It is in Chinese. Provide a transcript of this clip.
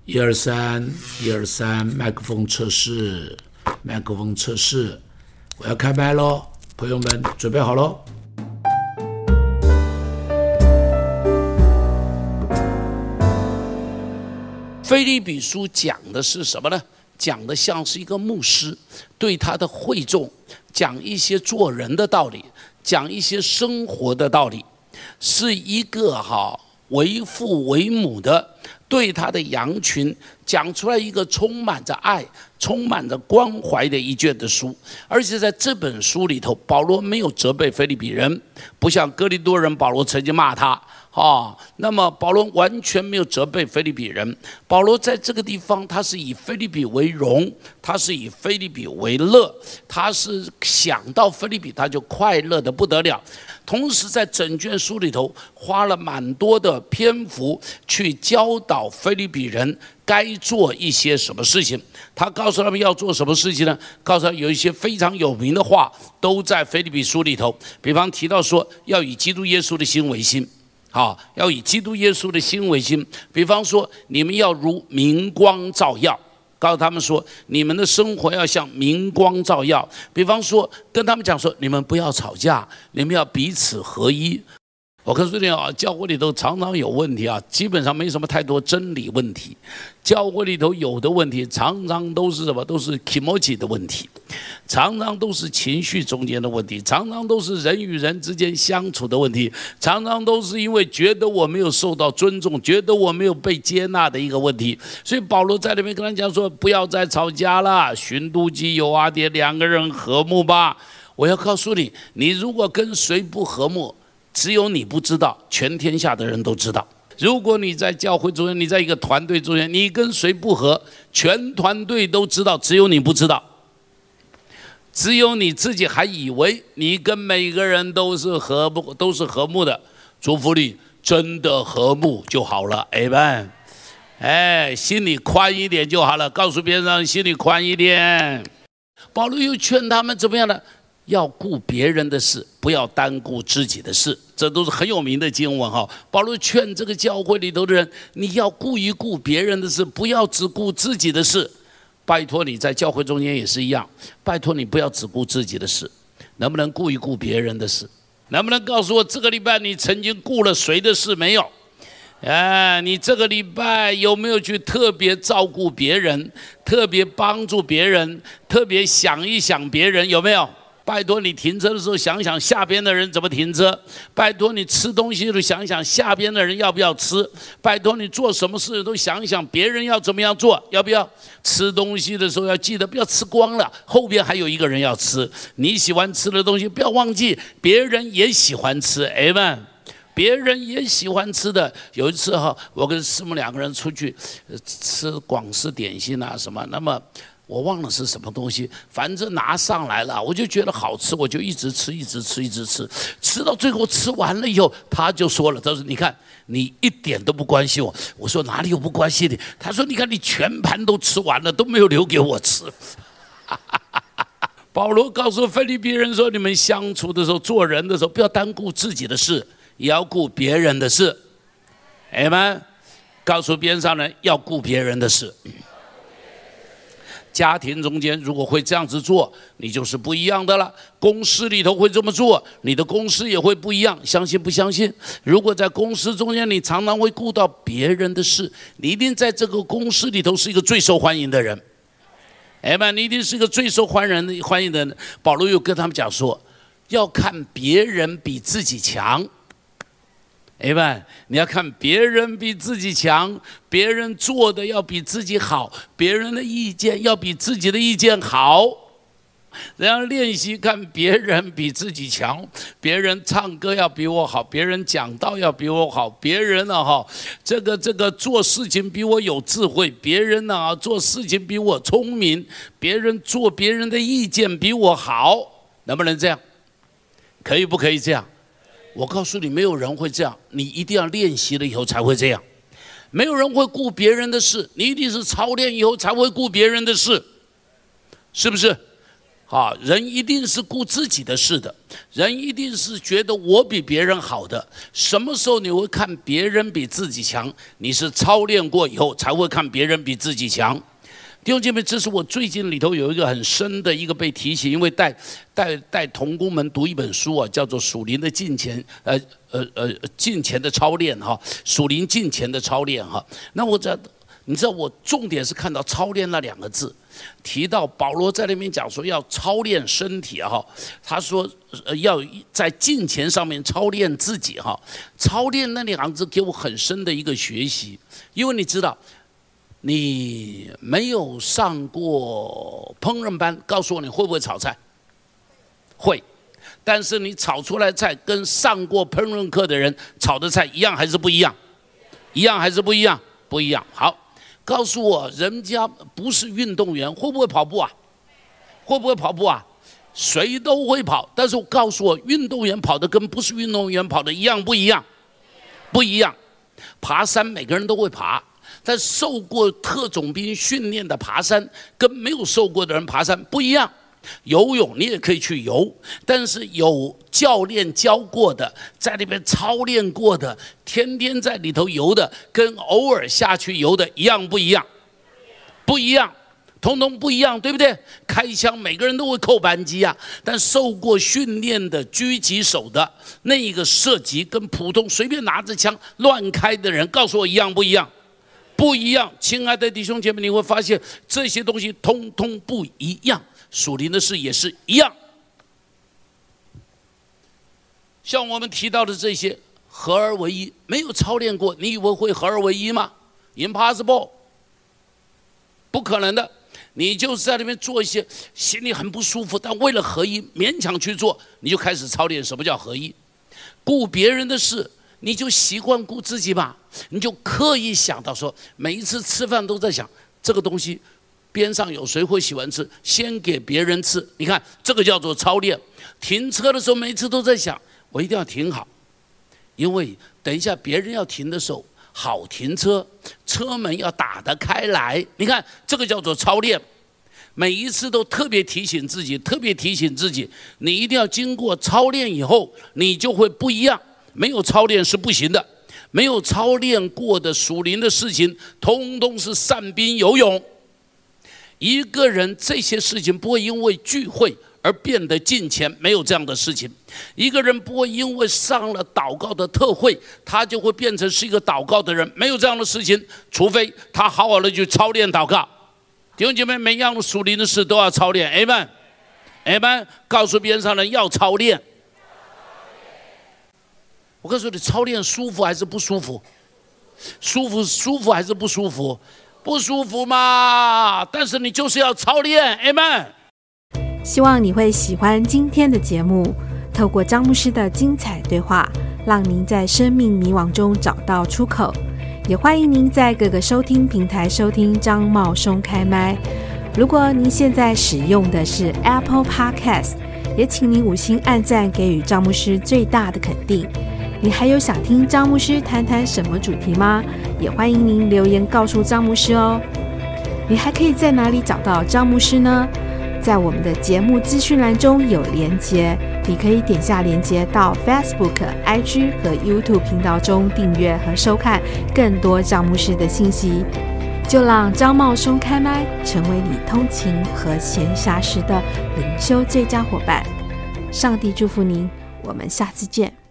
123，123，麦克风测试，麦克风测试，我要开麦咯，朋友们准备好咯。腓立比书讲的是什么呢？讲的像是一个牧师对他的会众讲一些做人的道理，讲一些生活的道理，是一个为父为母的对他的羊群讲出来一个充满着爱、充满着关怀的一卷的书。而且在这本书里头，保罗没有责备腓立比人，不像哥林多人保罗曾经骂他。那么保罗完全没有责备腓立比人。保罗在这个地方，他是以腓立比为荣，他是以腓立比为乐，他是想到腓立比他就快乐的不得了。同时在整卷书里头花了蛮多的篇幅去教导腓立比人该做一些什么事情。他告诉他们要做什么事情呢？告诉他有一些非常有名的话都在腓立比书里头，比方提到说要以基督耶稣的心为心。要以基督耶稣的心为心。比方说，你们要如明光照耀，告诉他们说，你们的生活要像明光照耀。比方说，跟他们讲说，你们不要吵架，你们要彼此合一。我告诉你教会里头常常有问题基本上没什么太多真理问题。教会里头有的问题，常常都是什么？都是 kimochi 的问题，常常都是情绪中间的问题，常常都是人与人之间相处的问题，常常都是因为觉得我没有受到尊重，觉得我没有被接纳的一个问题。所以保罗在那边跟他讲说，不要再吵架了，寻妒忌友阿爹，两个人和睦吧。我要告诉你，你如果跟谁不和睦，只有你不知道，全天下的人都知道。如果你在教会中间，你在一个团队中间，你跟谁不合，全团队都知道，只有你不知道。只有你自己还以为你跟每个人都是和睦的。祝福你真的和睦就好了 ，Amen。心里宽一点就好了，告诉别人心里宽一点。保罗又劝他们怎么样呢？要顾别人的事，不要单顾自己的事，这都是很有名的经文保罗劝这个教会里头的人，你要顾一顾别人的事，不要只顾自己的事。拜托你在教会中间也是一样，拜托你不要只顾自己的事，能不能顾一顾别人的事？能不能告诉我这个礼拜你曾经顾了谁的事没有？你这个礼拜有没有去特别照顾别人，特别帮助别人，特别想一想别人，有没有？拜托你停车的时候想想下边的人怎么停车，拜托你吃东西的时候想想下边的人要不要吃，拜托你做什么事都想一想别人要怎么样做，要不要？吃东西的时候要记得不要吃光了，后边还有一个人要吃。你喜欢吃的东西不要忘记别人也喜欢吃 Amen。 别人也喜欢吃的。有一次我跟师母两个人出去吃广式点心什么，那么我忘了是什么东西，反正拿上来了，我就觉得好吃，我就一直吃，吃到最后吃完了以后，他就说了，他说：“你看，你一点都不关心我。”我说：“哪里有不关心你？”他说：“你看，你全盘都吃完了，都没有留给我吃。”保罗告诉腓立比人说：“你们相处的时候，做人的时候，不要单顾自己的事，也要顾别人的事。” Amen。 告诉边上人要顾别人的事。家庭中间如果会这样子做，你就是不一样的了。公司里头会这么做，你的公司也会不一样，相信不相信？如果在公司中间你常常会顾到别人的事，你一定在这个公司里头是一个最受欢迎的人。你一定是一个最受欢迎的人。保罗又跟他们讲说，要看别人比自己强。你要看别人比自己强，别人做的要比自己好，别人的意见要比自己的意见好。然后练习看别人比自己强，别人唱歌要比我好，别人讲道要比我好，别人这个做事情比我有智慧，别人做事情比我聪明，别人做别人的意见比我好，能不能这样？可以不可以这样？我告诉你，没有人会这样，你一定要练习了以后才会这样。没有人会顾别人的事，你一定是操练以后才会顾别人的事，是不是？ 人一定是顾自己的事的，人一定是觉得我比别人好的。什么时候你会看别人比自己强？你是操练过以后才会看别人比自己强。弟兄姐妹，这是我最近里头有一个很深的一个被提醒，因为带同工们读一本书啊，叫做《属灵的敬虔》，敬虔的操练属灵敬虔的操练那你知道我重点是看到操练那2个字，提到保罗在那边讲说要操练身体他说要在敬虔上面操练自己操练那2行字给我很深的一个学习，因为你知道你没有上过烹饪班，告诉我你会不会炒菜？会，但是你炒出来菜跟上过烹饪课的人炒的菜一样还是不一样？一样还是不一样？不一样。好，告诉我，人家不是运动员，会不会跑步啊？会不会跑步啊？谁都会跑，但是我告诉我，运动员跑的跟不是运动员跑的一样不一样？不一样。爬山每个人都会爬，但受过特种兵训练的爬山跟没有受过的人爬山不一样。游泳你也可以去游，但是有教练教过的，在那边操练过的，天天在里头游的，跟偶尔下去游的一样不一样？不一样，统统不一样，对不对？开枪每个人都会扣扳机啊，但受过训练的狙击手的那个射击，跟普通随便拿着枪乱开的人，告诉我一样不一样？不一样。亲爱的弟兄姐妹，你会发现这些东西通通不一样。属灵的事也是一样，像我们提到的这些合而为一，没有操练过，你以为会合而为一吗？ Impossible， 不可能的。你就是在那边做一些心里很不舒服，但为了合一勉强去做，你就开始操练什么叫合一。顾别人的事，你就习惯顾自己吧，你就刻意想到说，每一次吃饭都在想这个东西边上有谁会喜欢吃，先给别人吃。你看这个叫做操练。停车的时候每一次都在想，我一定要停好，因为等一下别人要停的时候好停车，车门要打得开来。你看这个叫做操练。每一次都特别提醒自己，特别提醒自己，你一定要经过操练以后，你就会不一样。没有操练是不行的，没有操练过的属灵的事情，通通是散兵游泳。一个人这些事情不会因为聚会而变得敬虔，没有这样的事情。一个人不会因为上了祷告的特会，他就会变成是一个祷告的人，没有这样的事情。除非他好好的去操练祷告。弟兄姐妹，每样属灵的事都要操练 ，Amen， Amen。告诉边上人要操练。我告诉你，操练舒服还是不舒服？舒服还是不舒服？不舒服嘛，但是你就是要操练 ，Amen。 希望你会喜欢今天的节目，透过张牧师的精彩对话，让您在生命迷惘中找到出口。也欢迎您在各个收听平台收听张茂松开麦。如果您现在使用的是 Apple Podcast， 也请您5星按赞，给予张牧师最大的肯定。你还有想听张牧师谈谈什么主题吗？也欢迎您留言告诉张牧师哦。你还可以在哪里找到张牧师呢？在我们的节目资讯栏中有连结，你可以点下连结到 Facebook、IG 和 YouTube 频道中订阅和收看更多张牧师的信息。就让张茂松开麦，成为你通勤和闲暇时的灵修最佳伙伴。上帝祝福您，我们下次见。